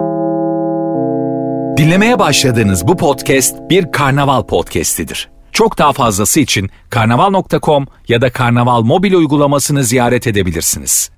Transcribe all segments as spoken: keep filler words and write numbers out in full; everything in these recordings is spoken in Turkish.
Dinlemeye başladığınız bu podcast bir karnaval podcastidir. Çok daha fazlası için karnaval nokta com ya da Karnaval mobil uygulamasını ziyaret edebilirsiniz.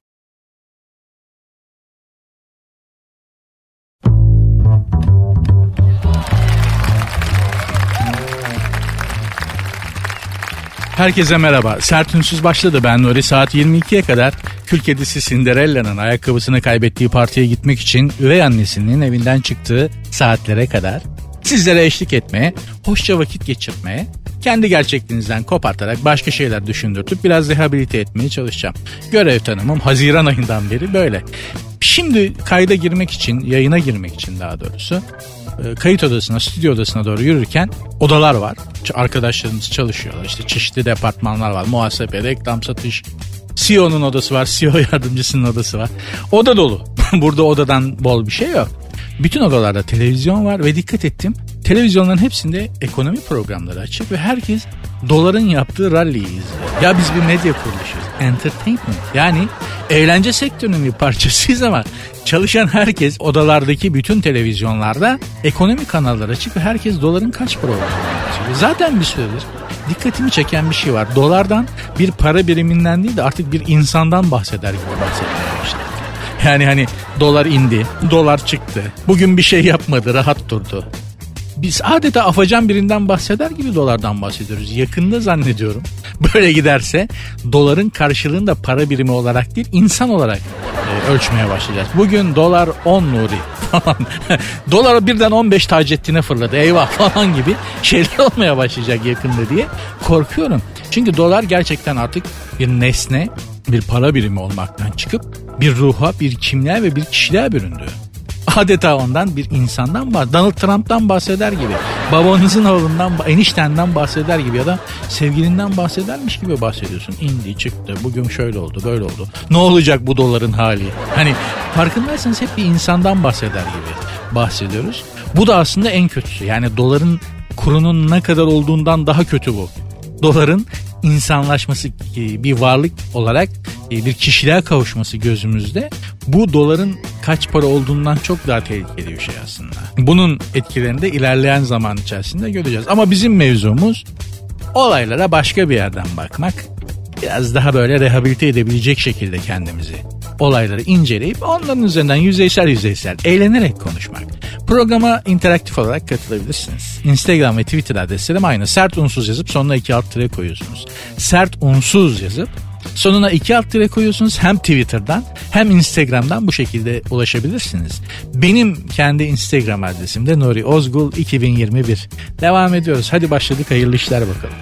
Herkese merhaba. Sert Ünsüz başladı. Ben Nuri. Saat yirmi ikiye kadar kül kedisi Cinderella'nın ayakkabısını kaybettiği partiye gitmek için üvey annesinin evinden çıktığı saatlere kadar sizlere eşlik etmeye, hoşça vakit geçirmeye, kendi gerçekliğinizden kopartarak başka şeyler düşündürtüp biraz rehabilite etmeye çalışacağım. Görev tanımım Haziran ayından beri böyle. Şimdi kayda girmek için, yayına girmek için daha doğrusu kayıt odasına, stüdyo odasına doğru yürürken odalar var. Arkadaşlarımız çalışıyorlar. İşte çeşitli departmanlar var. Muhasebe, reklam, satış. C E O'nun odası var. C E O yardımcısının odası var. Oda dolu. Burada odadan bol bir şey yok. Bütün odalarda televizyon var ve dikkat ettim. Televizyonların hepsinde ekonomi programları açık ve herkes doların yaptığı rally'yi izliyor. Ya biz bir medya kuruluşuyuz. Entertainment. Yani eğlence sektörünün bir parçasıyız ama çalışan herkes odalardaki bütün televizyonlarda ekonomi kanalları açık ve herkes doların kaç para olduğunu anlatıyor. Zaten bir süredir dikkatimi çeken bir şey var. Dolardan bir para biriminden değil de artık bir insandan bahseder gibi bahsetmeye başladı. Yani hani dolar indi, dolar çıktı. Bugün bir şey yapmadı, rahat durdu. Biz adeta afacan birinden bahseder gibi dolardan bahsediyoruz. Yakında zannediyorum böyle giderse doların karşılığında para birimi olarak değil insan olarak e, ölçmeye başlayacağız. Bugün dolar on Nuri falan. Dolar birden on beş Taceddin'e fırladı eyvah falan gibi şeyler olmaya başlayacak yakında diye korkuyorum. Çünkü dolar gerçekten artık bir nesne, bir para birimi olmaktan çıkıp bir ruha, bir kimliğe ve bir kişiliğe büründü. Adeta ondan bir insandan bahseder. Donald Trump'tan bahseder gibi. Babanızın oğlundan, eniştenden bahseder gibi ya da sevgilinden bahsedermiş gibi bahsediyorsun. İndi, çıktı, bugün şöyle oldu, böyle oldu. Ne olacak bu doların hali? Hani farkındaysanız hep bir insandan bahseder gibi bahsediyoruz. Bu da aslında en kötüsü. Yani doların kurunun ne kadar olduğundan daha kötü bu. Doların insanlaşması, bir varlık olarak bir kişiliğe kavuşması gözümüzde bu doların kaç para olduğundan çok daha tehlikeli bir şey aslında. Bunun etkilerini de ilerleyen zaman içerisinde göreceğiz. Ama bizim mevzumuz olaylara başka bir yerden bakmak. Biraz daha böyle rehabilite edebilecek şekilde kendimizi, olayları inceleyip onların üzerinden yüzeysel yüzeysel eğlenerek konuşmak. Programa interaktif olarak katılabilirsiniz. Instagram ve Twitter adreslerim aynı. Sert Unsuz yazıp sonuna iki alt tire koyuyorsunuz. Sert Unsuz yazıp sonuna iki alt tire koyuyorsunuz. Hem Twitter'dan hem Instagram'dan bu şekilde ulaşabilirsiniz. Benim kendi Instagram adresim de Nuri Ozgul iki bin yirmi bir. Devam ediyoruz. Hadi başladık. Hayırlı işler bakalım.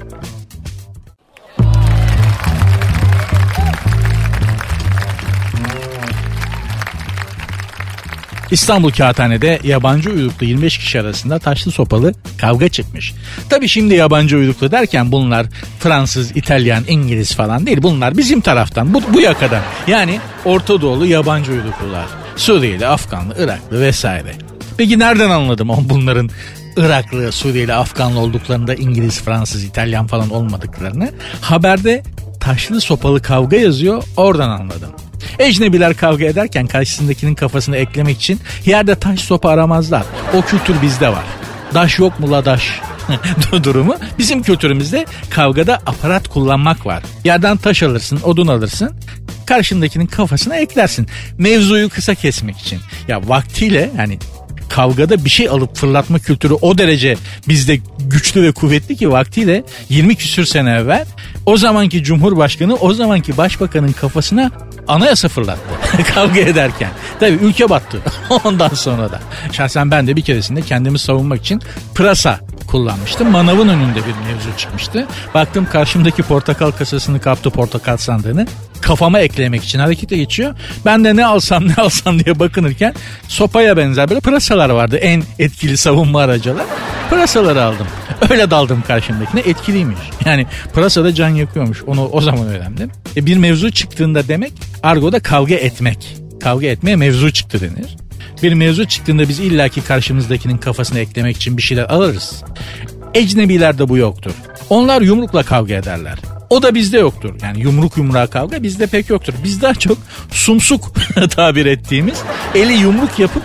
İstanbul Kağıthane'de yabancı uyruklu yirmi beş kişi arasında taşlı sopalı kavga çıkmış. Tabii şimdi yabancı uyruklu derken bunlar Fransız, İtalyan, İngiliz falan değil. Bunlar bizim taraftan, bu, bu yakadan. Yani Orta Doğulu yabancı uyruklular. Suriyeli, Afganlı, Iraklı vesaire. Peki nereden anladım bunların Iraklı, Suriyeli, Afganlı olduklarında İngiliz, Fransız, İtalyan falan olmadıklarını? Haberde taşlı sopalı kavga yazıyor, oradan anladım. Ecnebiler kavga ederken karşısındakinin kafasını eklemek için yerde taş sopa aramazlar. O kültür bizde var. Daş yok mu la daş durumu. Bizim kültürümüzde kavgada aparat kullanmak var. Yerden taş alırsın, odun alırsın, karşındakinin kafasına eklersin. Mevzuyu kısa kesmek için. Ya vaktiyle yani kavgada bir şey alıp fırlatma kültürü o derece bizde güçlü ve kuvvetli ki vaktiyle yirmi küsür sene evvel o zamanki Cumhurbaşkanı o zamanki Başbakanın kafasına anayasa fırlattı kavga ederken. Tabii ülke battı ondan sonra da. Şahsen ben de bir keresinde kendimi savunmak için pırasa kullanmıştım. Manavın önünde bir mevzu çıkmıştı. Baktım karşımdaki portakal kasasını kaptı, portakal sandığını. Kafama eklemek için harekete geçiyor. Ben de ne alsam ne alsam diye bakınırken sopaya benzer böyle pırasalar vardı. En etkili savunma aracılar. Pırasaları aldım. Öyle daldım karşımdakine, etkiliymiş. Yani pırasa da can yakıyormuş. Onu o zaman öğrendim. E bir mevzu çıktığında demek argoda kavga etmek. Kavga etmeye mevzu çıktı denir. Bir mevzu çıktığında biz illaki karşımızdakinin kafasına eklemek için bir şeyler alırız. Ecnebilerde bu yoktur. Onlar yumrukla kavga ederler. O da bizde yoktur. Yani yumruk yumruğa kavga bizde pek yoktur. Biz daha çok sumsuk tabir ettiğimiz eli yumruk yapıp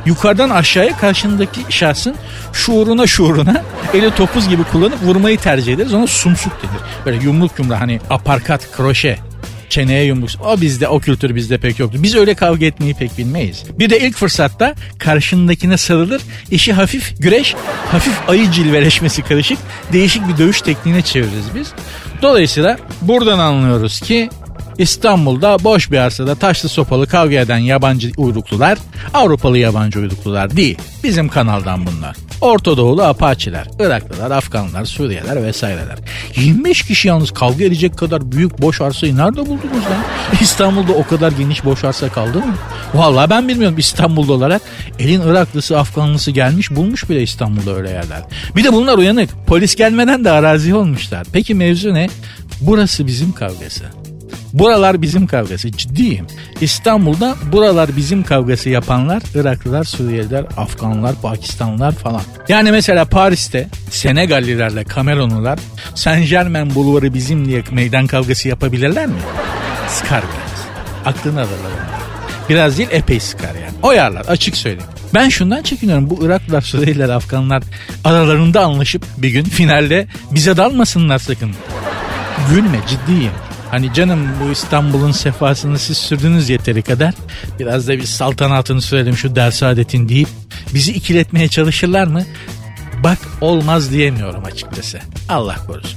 yukarıdan aşağıya karşındaki şahsın şuuruna şuuruna eli topuz gibi kullanıp vurmayı tercih ederiz. Ona sumsuk denir. Böyle yumruk yumruk hani aparkat, kroşe, çeneye yumruk. O bizde, o kültür bizde pek yoktur. Biz öyle kavga etmeyi pek bilmeyiz. Bir de ilk fırsatta karşındakine sarılır. İşi hafif güreş, hafif ayı cilveleşmesi karışık değişik bir dövüş tekniğine çeviririz biz. Dolayısıyla buradan anlıyoruz ki İstanbul'da boş bir arsada taşlı sopalı kavga eden yabancı uyruklular Avrupalı yabancı uyruklular değil. Bizim kanaldan bunlar. Orta Doğulu Apaçiler, Iraklılar, Afganlar, Suriyeliler vesaireler. yirmi beş kişi yalnız kavga edecek kadar büyük boş arsayı nerede buldunuz lan? İstanbul'da o kadar geniş boş arsa kaldı mı? Vallahi ben bilmiyorum. İstanbul'da olarak elin Iraklısı, Afganlısı gelmiş bulmuş bile İstanbul'da öyle yerler. Bir de bunlar uyanık. Polis gelmeden de arazi olmuşlar. Peki mevzu ne? Burası bizim kavgası. Buralar bizim kavgası, ciddiyim. İstanbul'da buralar bizim kavgası yapanlar Iraklılar, Suriyeliler, Afganlar, Pakistanlılar falan. Yani mesela Paris'te Senegallilerle Kamerunlular Saint Germain bulvarı bizim diye meydan kavgası yapabilirler mi? Sıkar biraz. Aklını alırlar onlar. Biraz değil, epey sıkar yani. Oyarlar, açık söyleyeyim. Ben şundan çekiniyorum. Bu Iraklılar, Suriyeliler, Afganlar aralarında anlaşıp bir gün finalde bize dalmasınlar sakın. Gülme, ciddiyim. Hani canım bu İstanbul'un sefasını siz sürdünüz yeteri kadar. Biraz da biz saltanatını sürelim şu dersadetin deyip bizi ikiletmeye çalışırlar mı? Bak olmaz diyemiyorum açıkçası. Allah korusun.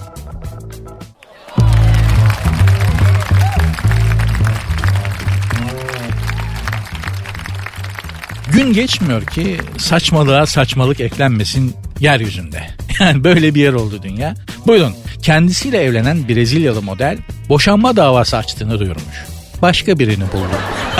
Gün geçmiyor ki saçmalığa saçmalık eklenmesin yeryüzünde. Yani böyle bir yer oldu dünya. Buyurun, kendisiyle evlenen Brezilyalı model boşanma davası açtığını duyurmuş. Başka birini buldu.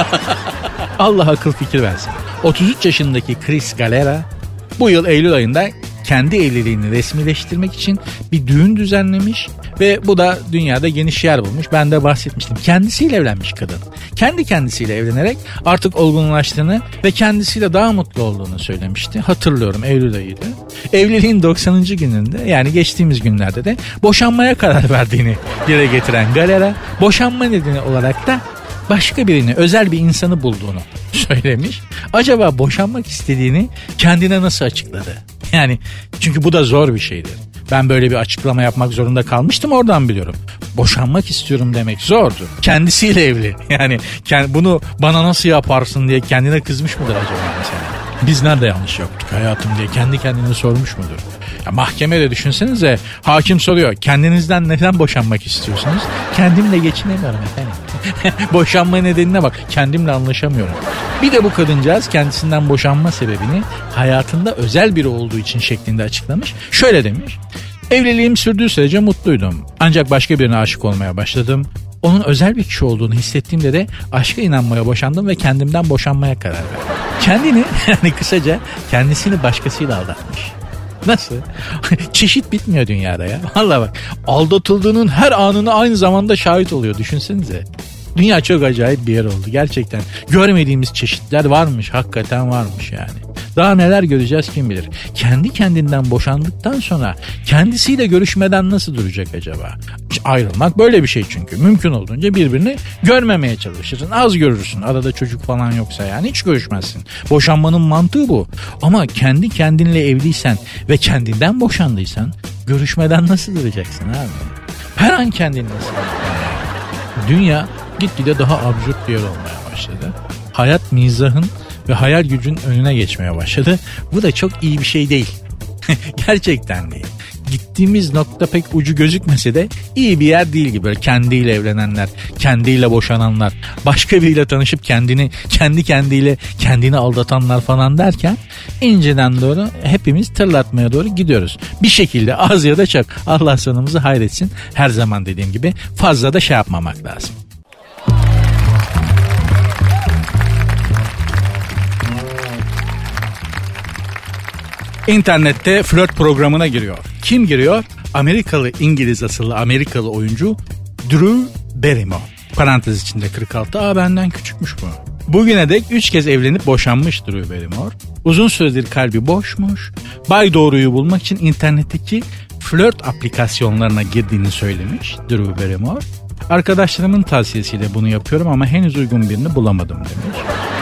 Allah akıl fikir versin. otuz üç yaşındaki Cris Galera bu yıl Eylül ayında kendi evliliğini resmileştirmek için bir düğün düzenlemiş ve bu da dünyada geniş yer bulmuş. Ben de bahsetmiştim. Kendisiyle evlenmiş kadın. Kendi kendisiyle evlenerek artık olgunlaştığını ve kendisiyle daha mutlu olduğunu söylemişti. Hatırlıyorum, Eylül ayıydı. Evliliğin doksanıncı gününde, yani geçtiğimiz günlerde de boşanmaya karar verdiğini dile getiren Galera, boşanma nedeni olarak da başka birini, özel bir insanı bulduğunu söylemiş. Acaba boşanmak istediğini kendine nasıl açıkladı? Yani çünkü bu da zor bir şeydir. Ben böyle bir açıklama yapmak zorunda kalmıştım, oradan biliyorum. Boşanmak istiyorum demek zordu. Kendisiyle evli. Yani bunu bana nasıl yaparsın diye kendine kızmış mıdır acaba mesela? Biz nerede yanlış yaptık hayatım diye kendi kendine sormuş mudur? Ya mahkemede düşünsenize, hakim soruyor, kendinizden neden boşanmak istiyorsunuz? Kendimle geçinemiyorum efendim. Boşanma nedenine bak, kendimle anlaşamıyorum. Bir de bu kadıncağız kendisinden boşanma sebebini hayatında özel biri olduğu için şeklinde açıklamış. Şöyle demiş: evliliğim sürdüğü sürece mutluydum. Ancak başka birine aşık olmaya başladım. Onun özel bir kişi olduğunu hissettiğimde de aşka inanmaya boşandım ve kendimden boşanmaya karar verdim. Kendini, yani kısaca kendisini başkasıyla aldatmış. Nasıl? Çeşit bitmiyor dünyada ya. Vallahi bak, aldatıldığının her anına aynı zamanda şahit oluyor. Düşünsenize. Dünya çok acayip bir yer oldu gerçekten. Görmediğimiz çeşitler varmış, hakikaten varmış yani. Daha neler göreceğiz kim bilir. Kendi kendinden boşandıktan sonra kendisiyle görüşmeden nasıl duracak acaba? Ayrılmak böyle bir şey çünkü. Mümkün olduğunca birbirini görmemeye çalışırsın. Az görürsün. Arada çocuk falan yoksa yani hiç görüşmezsin. Boşanmanın mantığı bu. Ama kendi kendinle evliysen ve kendinden boşandıysan görüşmeden nasıl duracaksın abi? Her an kendini nasıl? Dünya gitgide daha absürt bir yer olmaya başladı. Hayat mizahın ve hayal gücün önüne geçmeye başladı. Bu da çok iyi bir şey değil. Gerçekten değil. Gittiğimiz nokta pek ucu gözükmese de iyi bir yer değil gibi. Böyle kendiyle evlenenler, kendiyle boşananlar, başka biriyle tanışıp kendini kendi kendiyle kendini aldatanlar falan derken inceden doğru hepimiz tırlatmaya doğru gidiyoruz. Bir şekilde az ya da çok, Allah sonumuzu hayretsin. Her zaman dediğim gibi fazla da şey yapmamak lazım. İnternette flört programına giriyor. Kim giriyor? Amerikalı, İngiliz asıllı Amerikalı oyuncu Drew Barrymore. Parantez içinde kırk altı. Aa, benden küçükmüş bu. Bugüne dek üç kez evlenip boşanmış Drew Barrymore. Uzun süredir kalbi boşmuş. Bay Doğru'yu bulmak için internetteki flört aplikasyonlarına girdiğini söylemiş Drew Barrymore. Arkadaşlarımın tavsiyesiyle bunu yapıyorum ama henüz uygun birini bulamadım demiş.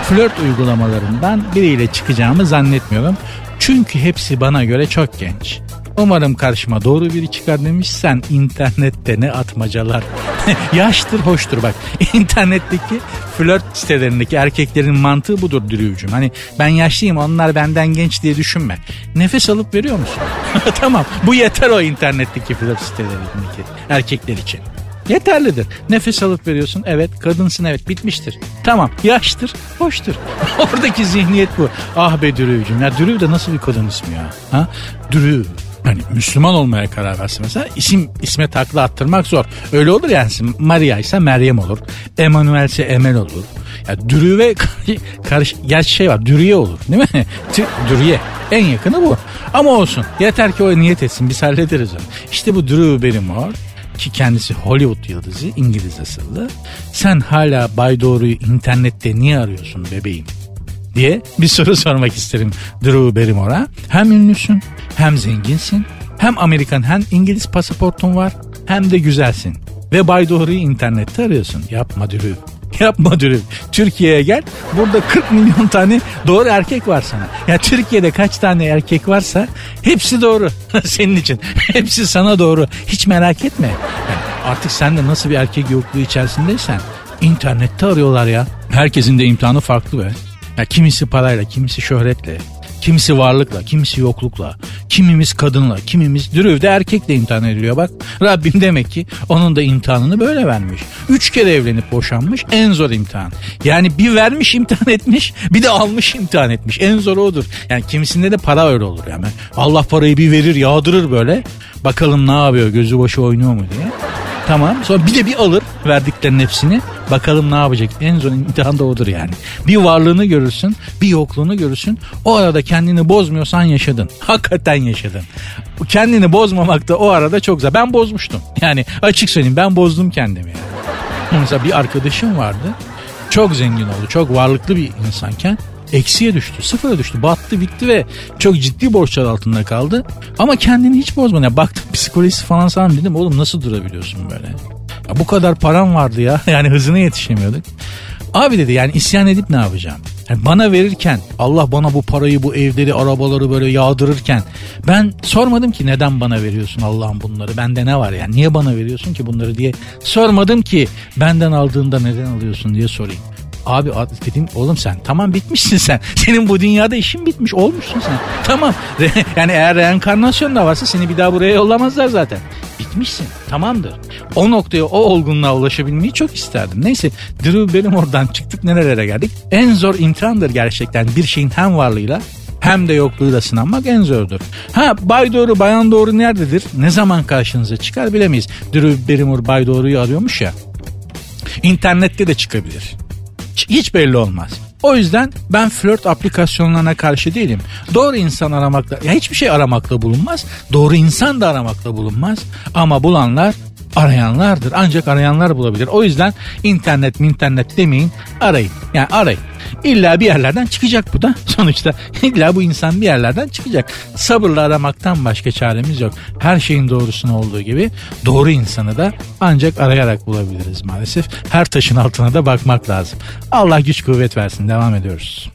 flört uygulamalarından biriyle çıkacağımı zannetmiyorum. Çünkü hepsi bana göre çok genç. Umarım karşıma doğru biri çıkar demiş. Sen internette ne atmacalar. Yaştır hoştur bak. İnternetteki flört sitelerindeki erkeklerin mantığı budur Dürüvcüğüm. Hani ben yaşlıyım onlar benden genç diye düşünme. Nefes alıp veriyor musun? Tamam, bu yeter o internetteki flört sitelerindeki erkekler için. Yeterlidir. Nefes alıp veriyorsun. Evet, kadınsın, evet, bitmiştir. Tamam, yaştır, hoştur. Oradaki zihniyet bu. Ah be Dürüvcüğüm. Ya Dürüv de nasıl bir kadın ismi ya? Ha? Dürüv. Hani Müslüman olmaya karar versin mesela, isim isme takla attırmak zor. Öyle olur yani. Maria ise Meryem olur. Emanuel ise Emel olur. Ya Dürüve karış, gerçi şey var, Dürüye olur değil mi? Dürüye. En yakını bu. Ama olsun. Yeter ki o niyet etsin. Biz hallederiz onu. İşte bu Drew Barrymore ki kendisi Hollywood yıldızı, İngiliz asıllı. Sen hala Bay Doğru'yu internette niye arıyorsun bebeğim diye bir soru sormak isterim Drew Barrymore'a. Hem ünlüsün, hem zenginsin, hem Amerikan hem İngiliz pasaportun var, hem de güzelsin. Ve Bay Doğru'yu internette arıyorsun. Yapma Drew. Yapma Drew. Türkiye'ye gel. Burada kırk milyon tane doğru erkek var sana. Ya Türkiye'de kaç tane erkek varsa hepsi doğru. Senin için. Hepsi sana doğru. Hiç merak etme. Yani artık sen de nasıl bir erkek yokluğu içerisindeysen internette arıyorlar ya. Herkesin de imtihanı farklı be. Ya kimisi parayla, kimisi şöhretle, kimisi varlıkla, kimisi yoklukla, kimimiz kadınla, kimimiz Dürüv'de erkekle imtihan ediliyor bak. Rabbim demek ki onun da imtihanını böyle vermiş. Üç kere evlenip boşanmış, en zor imtihan. Yani bir vermiş imtihan etmiş, bir de almış imtihan etmiş. En zor odur. Yani kimisinde de para öyle olur yani. Allah parayı bir verir, yağdırır böyle. Bakalım ne yapıyor, gözü başı oynuyor mu diye. Tamam, sonra bir de bir alır verdiklerinin hepsini. Bakalım ne yapacak. En zor imtihan da odur yani. Bir varlığını görürsün, bir yokluğunu görürsün. O arada kendini bozmuyorsan yaşadın. Hakikaten yaşadın. Kendini bozmamak da o arada çok zor. Ben bozmuştum. Yani açık söyleyeyim, ben bozdum kendimi yani. Mesela bir arkadaşım vardı. Çok zengin oldu. Çok varlıklı bir insanken eksiye düştü, sıfıra düştü, battı, bitti ve çok ciddi borçlar altında kaldı. Ama kendini hiç bozmadı. Yani baktım psikolojisi falan sağlam, dedim oğlum nasıl durabiliyorsun böyle? Ya bu kadar param vardı ya. Yani hızına yetişemiyorduk. Abi dedi yani isyan edip ne yapacağım? Yani bana verirken, Allah bana bu parayı, bu evleri, arabaları böyle yağdırırken ben sormadım ki neden bana veriyorsun Allah'ım bunları? Bende ne var yani? Niye bana veriyorsun ki bunları diye sormadım ki benden aldığında neden alıyorsun diye sorayım. Abi dedim oğlum sen tamam bitmişsin sen. Senin bu dünyada işin bitmiş, olmuşsun sen. Tamam. Yani eğer reenkarnasyon da varsa seni bir daha buraya yollamazlar zaten. Bitmişsin. Tamamdır. O noktaya, o olgunluğa ulaşabilmeyi çok isterdim. Neyse, Drew Barrymore'dan çıktık, nerelere geldik? En zor imtihandır gerçekten. Bir şeyin hem varlığıyla hem de yokluğuyla sınanmak en zordur. Ha, Bay Doğru, Bayan Doğru nerededir? Ne zaman karşınıza çıkar bilemeyiz. Drew Barrymore Bay Doğru'yu arıyormuş ya. İnternette de çıkabilir. Hiç belli olmaz. O yüzden ben flört aplikasyonlarına karşı değilim. Doğru insan aramakla, ya hiçbir şey aramakla bulunmaz. Doğru insan da aramakla bulunmaz. Ama bulanlar arayanlardır. Ancak arayanlar bulabilir. O yüzden internet mi internet demeyin, arayın. Yani arayın. İlla bir yerlerden çıkacak bu da. Sonuçta illa bu insan bir yerlerden çıkacak. Sabırla aramaktan başka çaremiz yok. Her şeyin doğrusunu olduğu gibi doğru insanı da ancak arayarak bulabiliriz maalesef. Her taşın altına da bakmak lazım. Allah güç kuvvet versin. Devam ediyoruz.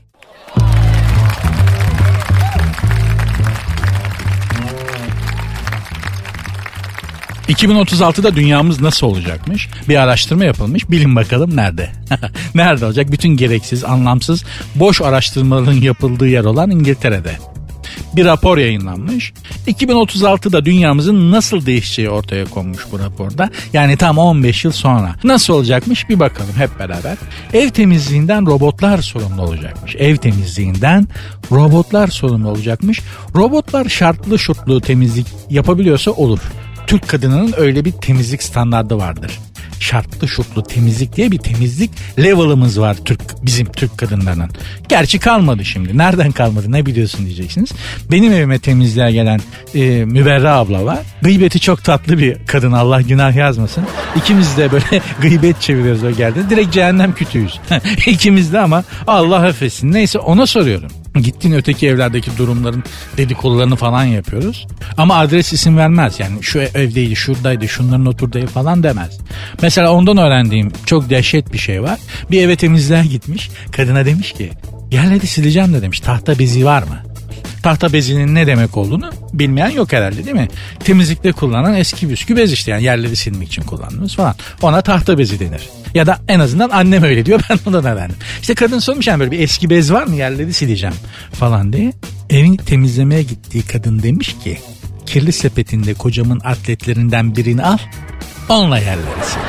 iki bin otuz altıda dünyamız nasıl olacakmış? Bir araştırma yapılmış. Bilin bakalım nerede? Nerede olacak? Bütün gereksiz, anlamsız, boş araştırmaların yapıldığı yer olan İngiltere'de. Bir rapor yayınlanmış. iki bin otuz altıda dünyamızın nasıl değişeceği ortaya konmuş bu raporda. Yani tam on beş yıl sonra. Nasıl olacakmış bir bakalım hep beraber. Ev temizliğinden robotlar sorumlu olacakmış. Ev temizliğinden robotlar sorumlu olacakmış. Robotlar şartlı şurtlu temizlik yapabiliyorsa olur. Türk kadınının öyle bir temizlik standardı vardır. Şartlı şurtlu temizlik diye bir temizlik level'ımız var Türk, bizim Türk kadınlarının. Gerçi kalmadı şimdi. Nereden kalmadı ne biliyorsun diyeceksiniz. Benim evime temizliğe gelen e, Müberra abla var. Gıybeti çok tatlı bir kadın, Allah günah yazmasın. İkimiz de böyle gıybet çeviriyoruz o geldi. Direkt cehennem kütüğüyüz. İkimiz de ama Allah affetsin. Neyse ona soruyorum. Gittiğin öteki evlerdeki durumların dedikodularını falan yapıyoruz. Ama adres isim vermez. Yani şu evdeydi, şuradaydı, şunların oturduğu ev falan demez. Mesela ondan öğrendiğim çok dehşet bir şey var. Bir eve temizliğe gitmiş. Kadına demiş ki yerleri sileceğim de demiş. Tahta bezi var mı? Tahta bezinin ne demek olduğunu bilmeyen yok herhalde değil mi? Temizlikte kullanılan eski püskü bez işte, yani yerleri silmek için kullandığımız falan. Ona tahta bezi denir. Ya da en azından annem öyle diyor, ben ondan öğrendim. İşte kadın sormuş yani böyle bir eski bez var mı, yerleri sileceğim falan diye. Evin temizlemeye gittiği kadın demiş ki kirli sepetinde kocamın atletlerinden birini al, onunla yerleri sil.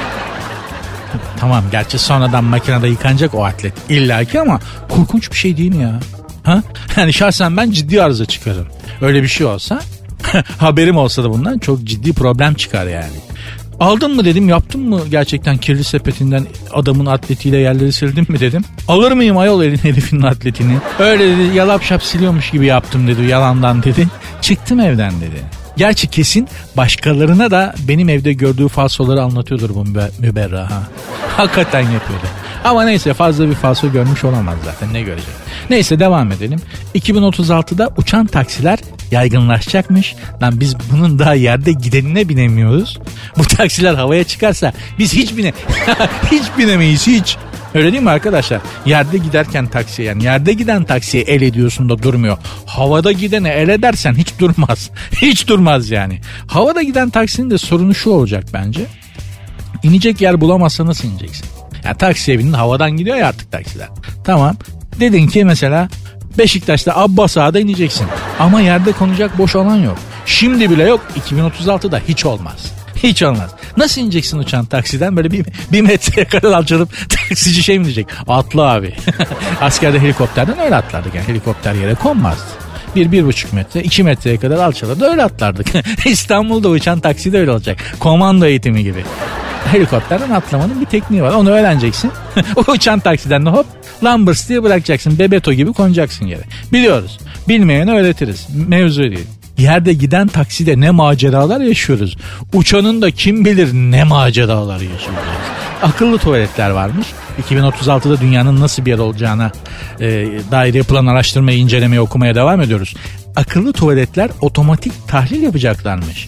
Tamam, gerçi sonradan makinede yıkanacak o atlet illaki ama korkunç bir şey değil mi ya? Ha? Yani şahsen ben ciddi arıza çıkarım. Öyle bir şey olsa haberim olsa da bundan çok ciddi problem çıkar yani. Aldın mı dedim, yaptın mı gerçekten kirli sepetinden adamın atletiyle yerleri sildin mi dedim. Alır mıyım ayol elin herifinin atletini? Öyle dedi, yalap şap siliyormuş gibi yaptım dedi, yalandan dedi. Çıktım evden dedi. Gerçi kesin başkalarına da benim evde gördüğü falsoları anlatıyordur bu müberra ha. Hakikaten yapıyordu. Ama neyse, fazla bir falso görmüş olamaz zaten, ne görecek. Neyse devam edelim. iki bin otuz altıda uçan taksiler yaygınlaşacakmış. Lan biz bunun daha yerde gidenine binemiyoruz. Bu taksiler havaya çıkarsa biz hiç bine hiç binemeyiz hiç. Öyle değil mi arkadaşlar? Yerde giderken taksiye, yani yerde giden taksiye el ediyorsun da durmuyor. Havada gidene el edersen hiç durmaz. Hiç durmaz yani. Havada giden taksinin de sorunu şu olacak bence. İnecek yer bulamazsa nasıl ineceksin? Yani taksiye bindin, havadan gidiyor ya artık taksiler. Tamam. Dedin ki mesela Beşiktaş'ta Abbas Ağa'da ineceksin. Ama yerde konacak boş alan yok. Şimdi bile yok. iki bin otuz altıda hiç olmaz. Hiç olmaz. Nasıl ineceksin uçan taksiden? Böyle bir, bir metreye kadar alçalıp taksici şey mi diyecek? Atla abi. Askerde helikopterden öyle atlardık. Yani helikopter yere konmazdı. Bir, bir buçuk metre, iki metreye kadar alçalardı, öyle atlardık. İstanbul'da uçan taksi de öyle olacak. Komando eğitimi gibi. Helikopterden atlamanın bir tekniği var. Onu öğreneceksin. O uçan taksiden de hop lambırs diye bırakacaksın. Bebeto gibi konacaksın yere. Biliyoruz. Bilmeyene öğretiriz. Mevzu değil. Yerde giden takside ne maceralar yaşıyoruz. Uçanın da kim bilir ne maceralar yaşıyoruz. Akıllı tuvaletler varmış. iki bin otuz altıda dünyanın nasıl bir yer olacağına e, dair yapılan araştırmayı, incelemeye, okumaya devam ediyoruz. Akıllı tuvaletler otomatik tahlil yapacaklarmış.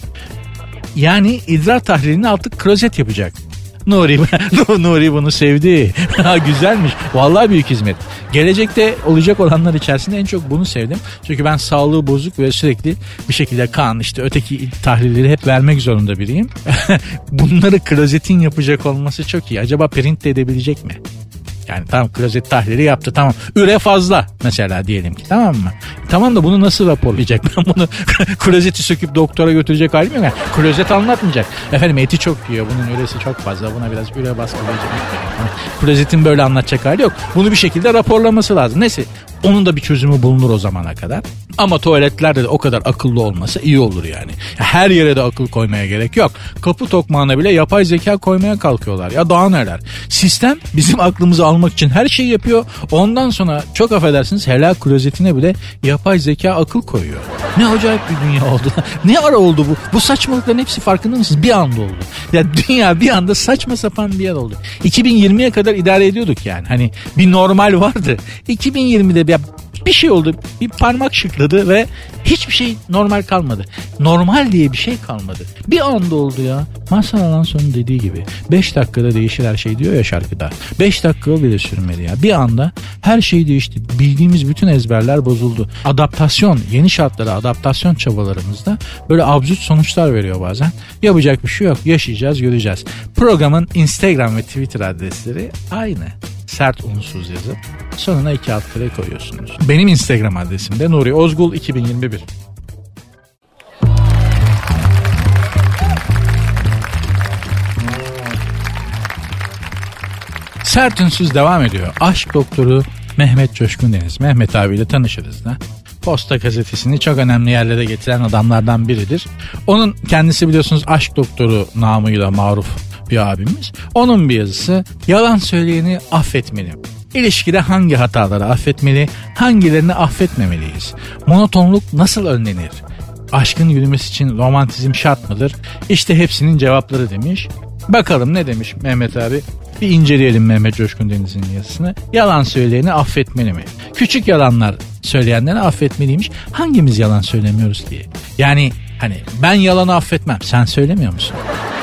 Yani idrar tahlilini artık klozet yapacak. Nuri, Nuri bunu sevdi. Güzelmiş. Vallahi büyük hizmet. Gelecekte olacak olanlar içerisinde en çok bunu sevdim. Çünkü ben sağlığı bozuk ve sürekli bir şekilde kan, işte öteki tahlilleri hep vermek zorunda biriyim. Bunları klozetin yapacak olması çok iyi. Acaba print de edebilecek mi? Yani tamam, klozet tahlili yaptı, tamam. Üre fazla mesela diyelim ki, tamam mı? Tamam da bunu nasıl raporlayacak? Ben bunu klozeti söküp doktora götürecek halim yok. Yani klozet anlatmayacak. Efendim eti çok yiyor, bunun üresi çok fazla, buna biraz üre baskılayacak. Yani klozetin böyle anlatacak hali yok. Bunu bir şekilde raporlaması lazım. Neyse, onun da bir çözümü bulunur o zamana kadar. Ama tuvaletlerde de o kadar akıllı olmasa iyi olur yani. Her yere de akıl koymaya gerek yok. Kapı tokmağına bile yapay zeka koymaya kalkıyorlar. Ya daha neler. Sistem bizim aklımızı almak için her şeyi yapıyor. Ondan sonra çok affedersiniz helal klozetine bile yapay zeka akıl koyuyor. Ne acayip bir dünya oldu. Ne ara oldu bu? Bu saçmalıkların hepsi farkında mısınız? Bir anda oldu. Ya dünya bir anda saçma sapan bir yer oldu. iki bin yirmiye kadar idare ediyorduk yani. Hani bir normal vardı. iki bin yirmide bir bir şey oldu. Bir parmak şıkladı ve hiçbir şey normal kalmadı. Normal diye bir şey kalmadı. Bir anda oldu ya. Mazhar Alanson'un dediği gibi. beş dakikada değişir her şey diyor ya şarkıda. beş dakika bile sürmedi ya. Bir anda her şey değişti. Bildiğimiz bütün ezberler bozuldu. Adaptasyon, yeni şartlara adaptasyon çabalarımızda böyle absürt sonuçlar veriyor bazen. Yapacak bir şey yok. Yaşayacağız, göreceğiz. Programın Instagram ve Twitter adresleri aynı. Sert unsuz yazıp sonuna iki alt tere koyuyorsunuz. Benim Instagram adresim de Nuri Ozgul iki bin yirmi bir. Sert unsuz devam ediyor. Aşk doktoru Mehmet Coşkun Deniz. Mehmet abiyle tanışırız da. Posta gazetesini çok önemli yerlere getiren adamlardan biridir. Onun kendisi biliyorsunuz aşk doktoru namıyla maruf bir abimiz. Onun bir yazısı, yalan söyleyeni affetmeli. İlişkide hangi hataları affetmeli, hangilerini affetmemeliyiz? Monotonluk nasıl önlenir? Aşkın yürümesi için romantizm şart mıdır? İşte hepsinin cevapları demiş. Bakalım ne demiş Mehmet abi? Bir inceleyelim Mehmet Coşkun Deniz'in yazısını. Yalan söyleyeni affetmeli mi? Küçük yalanlar söyleyenleri affetmeliymiş. Hangimiz yalan söylemiyoruz ki? Yani hani ben yalanı affetmem. Sen söylemiyor musun?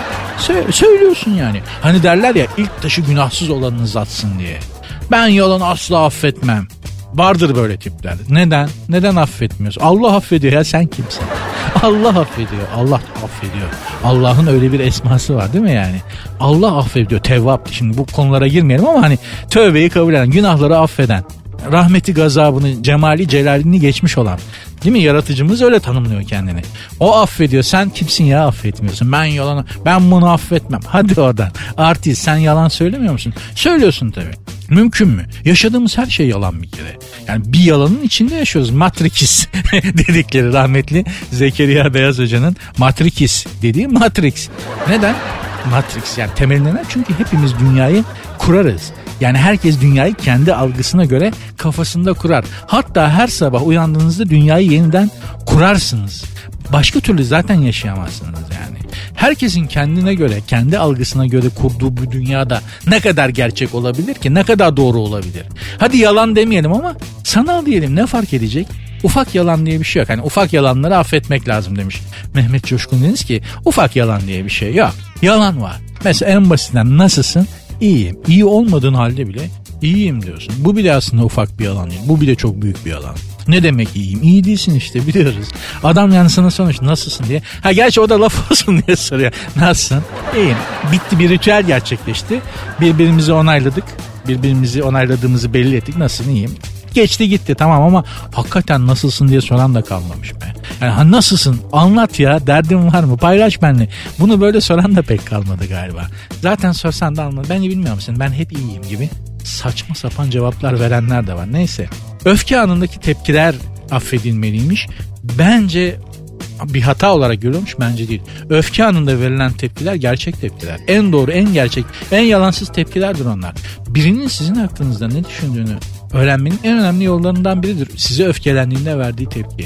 Sö- söylüyorsun yani. Hani derler ya, ilk taşı günahsız olanınız atsın diye. Ben yalanı asla affetmem. Vardır böyle tipler. Neden? Neden affetmiyorsun? Allah affediyor ya, sen kimsin? Allah affediyor. Allah affediyor. Allah'ın öyle bir esması var değil mi yani? Allah affediyor. Tevvap. Şimdi bu konulara girmeyelim ama hani tövbeyi kabul eden, günahları affeden, rahmeti gazabını, cemali celalini geçmiş olan, değil mi? Yaratıcımız öyle tanımlıyor kendini. O affediyor. Sen kimsin ya, affetmiyorsun? Ben yalan, ben bunu affetmem. Hadi oradan. Artist, sen yalan söylemiyor musun? Söylüyorsun tabii. Mümkün mü? Yaşadığımız her şey yalan bir kere. Yani bir yalanın içinde yaşıyoruz. Matrix dedikleri rahmetli Zekeriya Beyaz Hoca'nın Matrix dediği Matrix. Neden? Matrix yani temelinden, çünkü hepimiz dünyayı kurarız. Yani herkes dünyayı kendi algısına göre kafasında kurar. Hatta her sabah uyandığınızda dünyayı yeniden kurarsınız. Başka türlü zaten yaşayamazsınız yani. Herkesin kendine göre, kendi algısına göre kurduğu bu dünyada ne kadar gerçek olabilir ki? Ne kadar doğru olabilir? Hadi yalan demeyelim ama sanal diyelim, ne fark edecek? Ufak yalan diye bir şey yok. Hani ufak yalanları affetmek lazım demiş Mehmet Coşkun Deniz ki ufak yalan diye bir şey yok. Yalan var. Mesela en basitinden nasılsın? İyiyim. İyi olmadığın halde bile iyiyim diyorsun. Bu bile aslında ufak bir yalan değil. Bu bile çok büyük bir yalan. Ne demek iyiyim? İyi değilsin işte, biliyoruz. Adam yani sana sonuç nasılsın diye. Ha gerçi o da laf olsun diye soruyor. Nasılsın? İyiyim. Bitti, bir ritüel gerçekleşti. Birbirimizi onayladık. Birbirimizi onayladığımızı belli ettik. Nasılsın? İyiyim. Geçti gitti tamam ama hakikaten nasılsın diye soran da kalmamış be. Yani ha, nasılsın? Anlat ya, derdin var mı? Paylaş benimle. Bunu böyle soran da pek kalmadı galiba. Zaten sorsan da anlat. Ben de bilmiyorum musun? Ben hep iyiyim gibi saçma sapan cevaplar verenler de var. Neyse. Öfke anındaki tepkiler affedilmeliymiş. Bence bir hata olarak görüyormuş, bence değil. Öfke anında verilen tepkiler gerçek tepkiler. En doğru, en gerçek, en yalansız tepkilerdir onlar. Birinin sizin hakkınızda ne düşündüğünü öğrenmenin en önemli yollarından biridir. Size öfkelendiğinde verdiği tepki.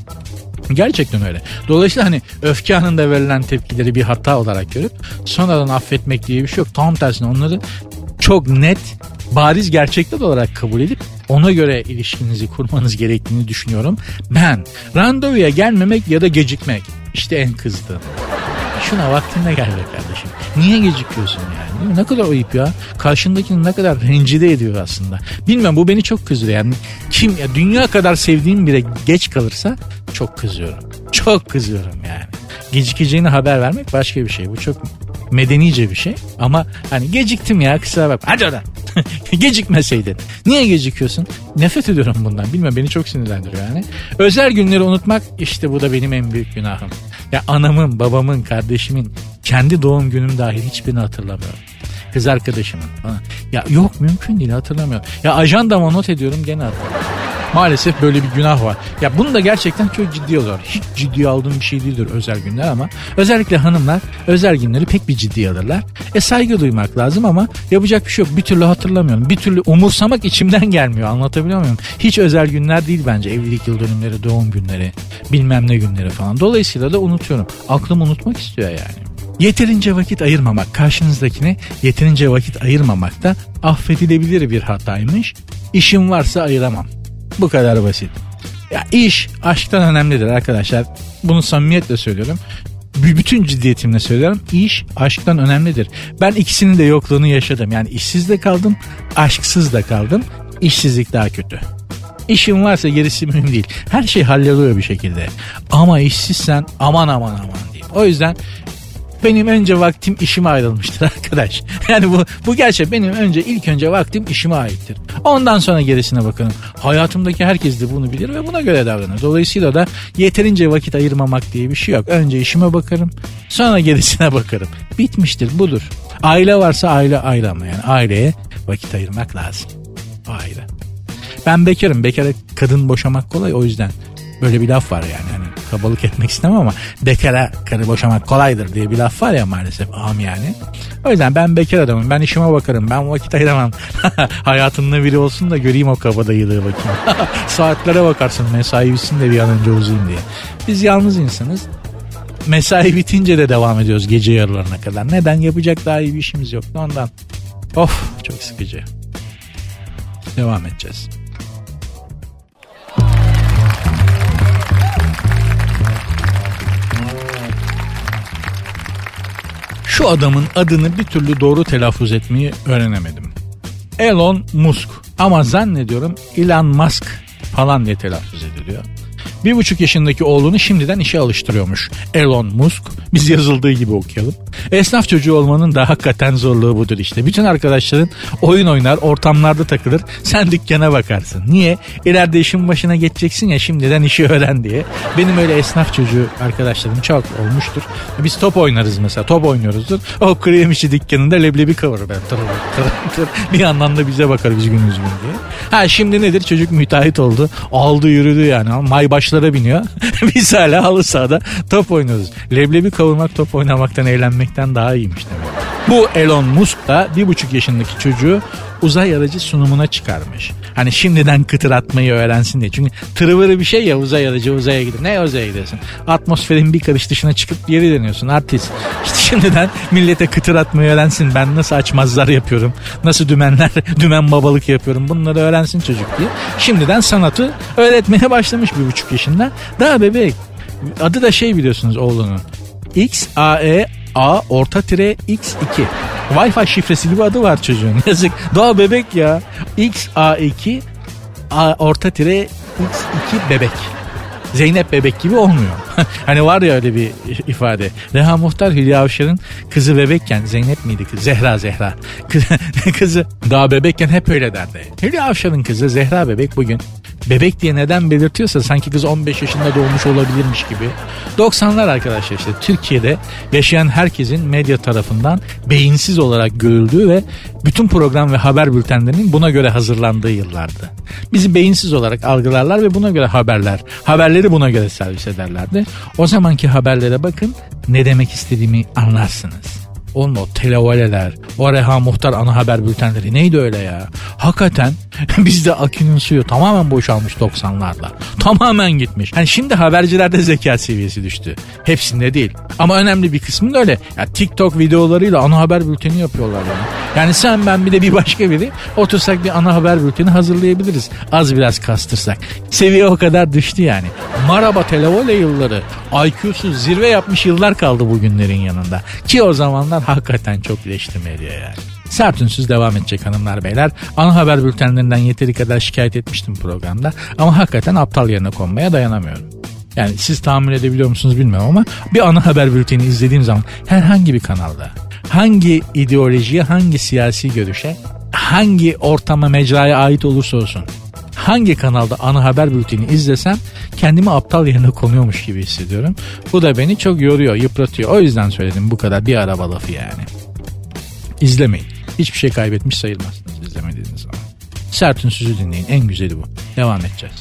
Gerçekten öyle. Dolayısıyla hani öfke anında verilen tepkileri bir hata olarak görüp sonradan affetmek diye bir şey yok. Tam tersine onları çok net, bariz gerçekler olarak kabul edip ona göre ilişkinizi kurmanız gerektiğini düşünüyorum. Ben randevuya gelmemek ya da gecikmek, işte en kızdığım. Şuna vaktinde gel be kardeşim. Niye gecikiyorsun yani? Değil mi? Ne kadar ayıp ya. Karşındakini ne kadar rencide ediyor aslında. Bilmem, bu beni çok kızdırıyor. Yani kim ya, dünya kadar sevdiğim biri geç kalırsa çok kızıyorum. Çok kızıyorum yani. Gecikeceğini haber vermek başka bir şey. Bu çok medenice bir şey. Ama hani geciktim ya, kusura bakma. Hadi oradan. Gecikmeseydin. Niye gecikiyorsun? Nefret ediyorum bundan. Bilmem, beni çok sinirlendiriyor yani. Özel günleri unutmak, işte bu da benim en büyük günahım. Ya anamın, babamın, kardeşimin, kendi doğum günüm dahil hiçbirini hatırlamıyorum. Kız arkadaşımın. Ya yok, mümkün değil, hatırlamıyorum. Ya ajandama not ediyorum, gene hatırlamıyorum. Maalesef böyle bir günah var. Ya bunu da gerçekten çok ciddi alıyor. Hiç ciddiye aldığım bir şey değildir özel günler ama özellikle hanımlar özel günleri pek bir ciddiye alırlar. E saygı duymak lazım ama yapacak bir şey yok. Bir türlü hatırlamıyorum. Bir türlü umursamak içimden gelmiyor. Anlatabiliyor muyum? Hiç özel günler değil bence. Evlilik yıl dönümleri, doğum günleri, bilmem ne günleri falan. Dolayısıyla da unutuyorum. Aklım unutmak istiyor yani. Yeterince vakit ayırmamak, karşınızdakine yeterince vakit ayırmamak da affedilebilir bir hataymış. İşim varsa ayıramam. Bu kadar basit. Ya iş aşktan önemlidir arkadaşlar. Bunu samimiyetle söylüyorum. Bütün ciddiyetimle söylüyorum. İş aşktan önemlidir. Ben ikisinin de yokluğunu yaşadım. Yani işsiz de kaldım, aşksız da kaldım. İşsizlik daha kötü. İşin varsa gerisi mühim değil. Her şey halloluyor bir şekilde. Ama işsizsen aman aman aman diyeyim. O yüzden benim önce vaktim işime ayrılmıştır arkadaş. Yani bu bu gerçek. Benim önce ilk önce vaktim işime aittir. Ondan sonra gerisine bakarım. Hayatımdaki herkes de bunu bilir ve buna göre davranır. Dolayısıyla da yeterince vakit ayırmamak diye bir şey yok. Önce işime bakarım, sonra gerisine bakarım. Bitmiştir, budur. Aile varsa aile ayrı ama yani aileye vakit ayırmak lazım. O ayrı. Ben bekarım. Bekara kadın boşamak kolay, o yüzden böyle bir laf var yani. Hani kabalık etmek istemem ama bekara karı boşamak kolaydır diye bir laf var ya maalesef, am yani. O yüzden ben bekar adamım. Ben işime bakarım. Ben vakit ayıramam. Hayatımda biri olsun da göreyim o kabadayılığı bakayım. Saatlere bakarsın, mesai bitsin de bir an önce uzayayım diye. Biz yalnız insanız. Mesai bitince de devam ediyoruz gece yarılarına kadar. Neden? Yapacak daha iyi bir işimiz yoktu ondan. Of, çok sıkıcı. Devam edeceğiz. Şu adamın adını bir türlü doğru telaffuz etmeyi öğrenemedim. Elon Musk ama zannediyorum Elon Musk falan diye telaffuz ediliyor. Bir buçuk yaşındaki oğlunu şimdiden işe alıştırıyormuş Elon Musk. Biz yazıldığı gibi okuyalım. Esnaf çocuğu olmanın da hakikaten zorluğu budur işte. Bütün arkadaşların oyun oynar, ortamlarda takılır. Sen dükkana bakarsın. Niye? İleride işin başına geçeceksin ya, şimdiden işi öğren diye. Benim öyle esnaf çocuğu arkadaşlarım çok olmuştur. Biz top oynarız mesela. Top oynuyoruzdur. O kuru yemişçi dükkanında leblebi kavurur. Ben tır tır tır. Bir yandan da bize bakar üzgün üzgün diye. Ha şimdi nedir? Çocuk müteahhit oldu. Aldı yürüdü yani. Maybaşlara biniyor. Biz hala halı sahada top oynuyoruz. Leblebi kavurmak top oynamaktan, eğlenmekten daha iyiymiş demek. Bu Elon Musk da bir buçuk yaşındaki çocuğu uzay aracı sunumuna çıkarmış. Hani şimdiden kıtır atmayı öğrensin diye. Çünkü tırıvırı bir şey ya, uzay aracı uzaya gidiyor. Ne uzaya gidiyorsun? Atmosferin bir karış dışına çıkıp geri dönüyorsun artist. İşte şimdiden millete kıtır atmayı öğrensin. Ben nasıl açmazlar yapıyorum. Nasıl dümenler, dümen babalık yapıyorum. Bunları öğrensin çocuk diye. Şimdiden sanatı öğretmeye başlamış bir buçuk yaşında. Daha bebek. Adı da şey biliyorsunuz oğlunun. X A E A orta tire X iki. Wi-Fi şifresi gibi adı var çocuğun. Yazık. Daha bebek ya. X A iki A orta tire X iki bebek. Zeynep bebek gibi olmuyor. Hani var ya öyle bir ifade. Reha Muhtar Hülya Avşar'ın kızı bebekken, Zeynep miydi kız? Zehra Zehra. Kızı daha bebekken hep öyle derdi. Hülya Avşar'ın kızı Zehra bebek bugün bebek diye neden belirtiyorsa sanki kız on beş yaşında doğmuş olabilirmiş gibi. doksanlar arkadaşlar işte Türkiye'de yaşayan herkesin medya tarafından beyinsiz olarak görüldüğü ve bütün program ve haber bültenlerinin buna göre hazırlandığı yıllardı. Bizi beyinsiz olarak algılarlar ve buna göre haberler, haberleri buna göre servis ederlerdi. O zamanki haberlere bakın, ne demek istediğimi anlarsınız. Oğlum o televaleler, o Reha Muhtar ana haber bültenleri neydi öyle ya? Hakikaten bizde akünün suyu tamamen boşalmış doksanlarla. Tamamen gitmiş. Hani şimdi habercilerde zeka seviyesi düştü. Hepsinde değil. Ama önemli bir kısmı da öyle. Ya TikTok videolarıyla ana haber bülteni yapıyorlar yani. Yani sen ben bir de bir başka biri otursak bir ana haber bülteni hazırlayabiliriz. Az biraz kastırsak. Seviye o kadar düştü yani. Maraba televole yılları, I Q'suz zirve yapmış yıllar kaldı bugünlerin yanında. Ki o zamanlar hakikaten çok leşti medya yani. Sert Ünsüz devam edecek hanımlar beyler. Ana haber bültenlerinden yeteri kadar şikayet etmiştim programda. Ama hakikaten aptal yerine konmaya dayanamıyorum. Yani siz tahammül edebiliyor musunuz bilmiyorum ama bir ana haber bülteni izlediğim zaman herhangi bir kanalda hangi ideolojiye, hangi siyasi görüşe, hangi ortama, mecraya ait olursa olsun hangi kanalda ana haber bülteni izlesem kendimi aptal yerine konuyormuş gibi hissediyorum. Bu da beni çok yoruyor, yıpratıyor. O yüzden söyledim bu kadar bir araba lafı yani. İzlemeyin. Hiçbir şey kaybetmiş sayılmazsınız izlemediğiniz zaman. Sert Ünsüz'ü dinleyin. En güzeli bu. Devam edeceğiz.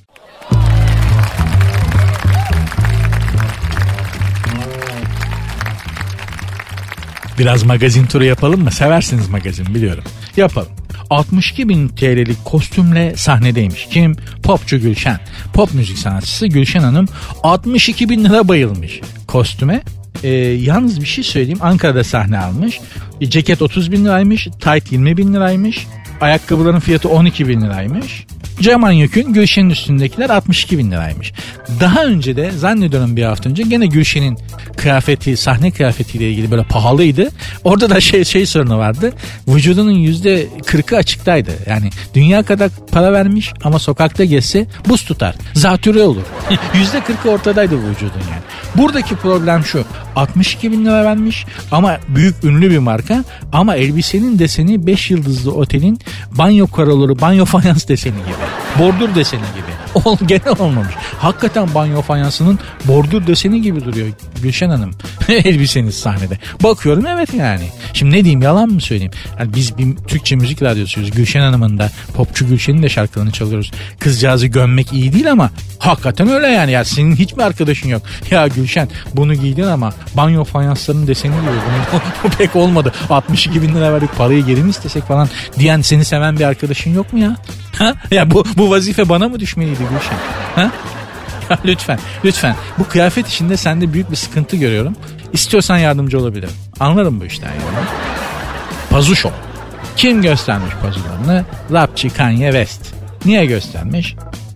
Biraz magazin turu yapalım mı? Seversiniz magazin biliyorum. Yapalım. altmış iki bin T L'lik kostümle sahnedeymiş. Kim? Popçu Gülşen. Pop müzik sanatçısı Gülşen Hanım altmış iki bin lira bayılmış kostüme. Ee, yalnız bir şey söyleyeyim. Ankara'da sahne almış. E, ceket otuz bin liraymış. Tight yirmi bin liraymış. Ayakkabıların fiyatı on iki bin liraymış. Caman Yük'ün Gülşen'in üstündekiler altmış iki bin liraymış. Daha önce de zannediyorum bir hafta önce gene Gülşen'in kıyafeti, sahne kıyafetiyle ilgili böyle pahalıydı. Orada da şey şey sorunu vardı. Vücudunun yüzde kırkı açıktaydı. Yani dünya kadar para vermiş ama sokakta gezse buz tutar. Zatürre olur. yüzde kırkı ortadaydı vücudun yani. Buradaki problem şu. altmış iki bin lira vermiş ama büyük ünlü bir marka ama elbisenin deseni beş yıldızlı otelin banyo karaları, banyo fayans deseni gibi. Bordür deseni gibi. Ol, gene olmamış. Hakikaten banyo fayansının bordür deseni gibi duruyor Gülşen Hanım. Elbiseniz sahnede. Bakıyorum evet yani. Şimdi ne diyeyim, yalan mı söyleyeyim? Yani biz bir Türkçe müzik radyosuyuz. Gülşen Hanım'ın da, Popçu Gülşen'in de şarkılarını çalıyoruz. Kızcağızı gömmek iyi değil ama hakikaten öyle yani. Ya senin hiç mi arkadaşın yok? Ya Gülşen bunu giydin ama banyo fayanslarının deseni gibi. Bu pek olmadı. altmış iki bin lira verdik, parayı geri mi istesek falan diyen, seni seven bir arkadaşın yok mu ya? Ha? Ya bu, bu vazife bana mı düşmeliydi Gülşen? Ha? Ya lütfen, lütfen. Bu kıyafet işinde sende büyük bir sıkıntı görüyorum. İstiyorsan yardımcı olabilirim. Anlarım bu işten yani. Pazuşo. Kim göstermiş pazularını? Rapçi Kanye West. Niye göstermiş?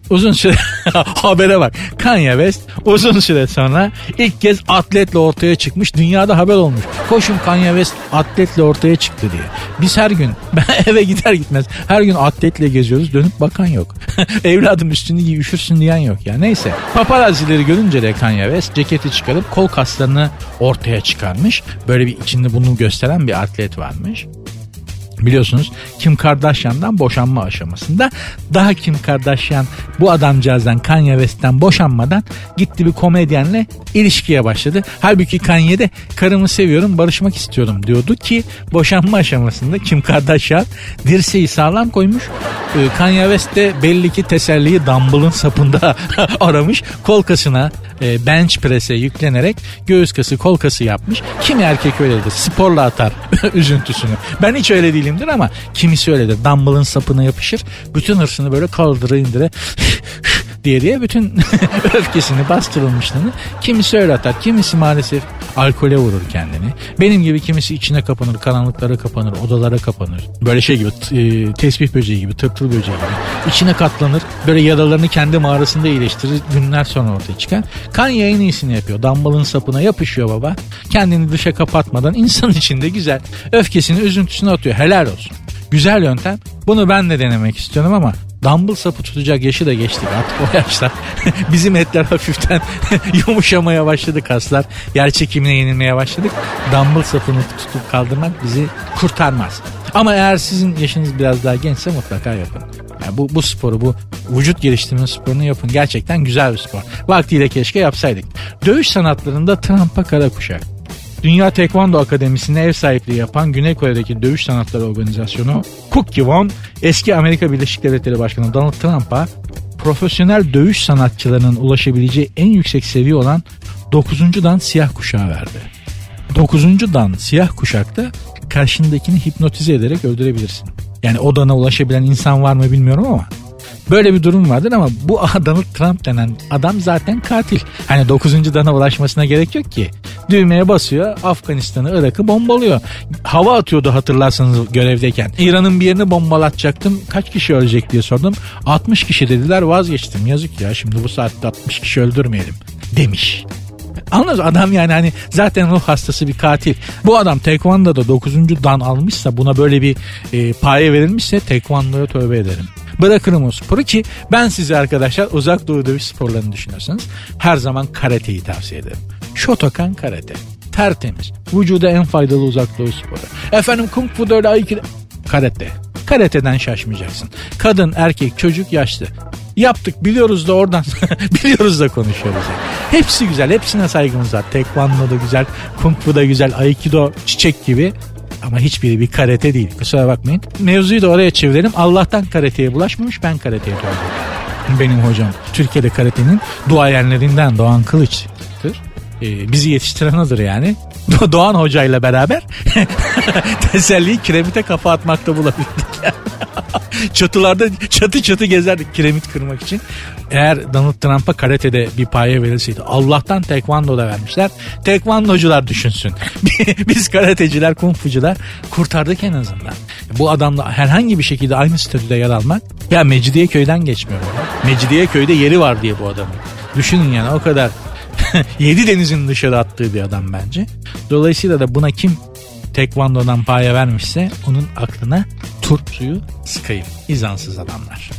uzun süre habere bak. Kanye West uzun süre sonra ilk kez atletle ortaya çıkmış. Dünyada haber olmuş. Koşun Kanye West atletle ortaya çıktı diye. Biz her gün ben eve gider gitmez her gün atletle geziyoruz. Dönüp bakan yok. Evladım üstünü giy üşürsün diyen yok ya. Neyse. Paparazzileri görünce de Kanye West ceketi çıkarıp kol kaslarını ortaya çıkarmış. Böyle bir içinde bunu gösteren bir atlet varmış. Biliyorsunuz Kim Kardashian'dan boşanma aşamasında. Daha Kim Kardashian bu adamcağızdan Kanye West'ten boşanmadan gitti bir komedyenle ilişkiye başladı. Halbuki Kanye de karımı seviyorum barışmak istiyorum diyordu ki boşanma aşamasında Kim Kardashian dirseği sağlam koymuş. Kanye West de belli ki teselliyi dumbbell'ın sapında aramış. Kol kasına bench press'e yüklenerek göğüs kası kol kası yapmış. Kimi erkek öyledir sporla atar üzüntüsünü. Ben hiç öyle değilimdir ama kimisi öyledir. Dumbbell'ın sapına yapışır. Bütün hırsını böyle kaldıra indire diye diye bütün öfkesini bastırılmışlığını kimisi öyle atar. Kimisi maalesef alkole vurur kendini. Benim gibi kimisi içine kapanır, karanlıklara kapanır, odalara kapanır. Böyle şey gibi e, tesbih böceği gibi, tırtıl böceği gibi. İçine katlanır. Böyle yaralarını kendi mağarasında iyileştirir. Günler sonra ortaya çıkar. Kanye en iyisini yapıyor. Dumbbell'ın sapına yapışıyor baba. Kendini dışa kapatmadan insan içinde güzel öfkesini, üzüntüsünü atıyor. Helal olsun. Güzel yöntem. Bunu ben de denemek istiyorum ama dumbbell sapı tutacak yaşı da geçtik artık o yaşta. Bizim etler hafiften yumuşamaya başladı, kaslar yer çekimine yenilmeye başladık. Dumbbell sapını tutup kaldırmak bizi kurtarmaz. Ama eğer sizin yaşınız biraz daha gençse mutlaka yapın. Yani bu, bu sporu, bu vücut geliştirme sporunu yapın. Gerçekten güzel bir spor. Vaktiyle keşke yapsaydık. Dövüş sanatlarında Trump'a kara kuşak. Dünya Tekvando Akademisi'ne ev sahipliği yapan Güney Kore'deki Dövüş Sanatları Organizasyonu Kuk Ki-won, eski Amerika Birleşik Devletleri Başkanı Donald Trump'a profesyonel dövüş sanatçılarının ulaşabileceği en yüksek seviye olan dokuzuncu dan siyah kuşağı verdi. dokuzuncu dan siyah kuşakta karşındakini hipnotize ederek öldürebilirsin. Yani o dana ulaşabilen insan var mı bilmiyorum ama böyle bir durum vardır ama bu Donald Trump denen adam zaten katil. Hani dokuzuncu dana ulaşmasına gerek yok ki. Düğmeye basıyor, Afganistan'ı, Irak'ı bombalıyor. Hava atıyordu hatırlarsanız görevdeyken. İran'ın bir yerini bombalatacaktım. Kaç kişi ölecek diye sordum. altmış kişi dediler, vazgeçtim. Yazık ya, şimdi bu saatte altmış kişi öldürmeyelim demiş. Anladınız, adam yani hani zaten ruh hastası bir katil. Bu adam Tekvando'da dokuzuncu dan almışsa, buna böyle bir e, paye verilmişse Tekvando'ya tövbe ederim. Bırakırım o sporu ki ben size arkadaşlar uzak doğu dövüş sporlarını düşünüyorsanız her zaman karateyi tavsiye ederim. Shotokan karate. Tertemiz. Vücuda en faydalı uzak doğu sporu. Efendim kung fu da aikido. Karate. Karateden şaşmayacaksın. Kadın, erkek, çocuk, yaşlı. Yaptık, biliyoruz da oradan biliyoruz da konuşuyoruz. Yani. Hepsi güzel. Hepsine saygımız var. Tekvando da güzel. Kung fu da güzel. Aikido çiçek gibi. Ama hiçbiri bir karate değil. Kusura bakmayın. Mevzuyu da oraya çevirelim. Allah'tan karateye bulaşmamış, ben karateye bulaştım. Benim hocam Türkiye'de karatenin duayenlerinden Doğan Kılıç'tır. Ee, bizi yetiştiren odur yani. Doğan hocayla beraber teselliyi kiremite kafa atmakta bulabildik yani. Çatılarda çatı çatı gezerdik kiremit kırmak için. Eğer Donald Trump'a karatede bir paye verilseydi, Allah'tan tekvandoda vermişler. Tekvandocular düşünsün. Biz karateciler, kung fucular kurtardık en azından. Bu adamla herhangi bir şekilde aynı statüde yer almak, ya Mecidiyeköy'den geçmiyor. Mecidiyeköy'de yeri var diye bu adamın. Düşünün yani, o kadar yedi denizin dışarı attığı bir adam bence. Dolayısıyla da buna kim tekvandodan paye vermişse onun aklına turp suyu sıkayım. İzansız adamlar.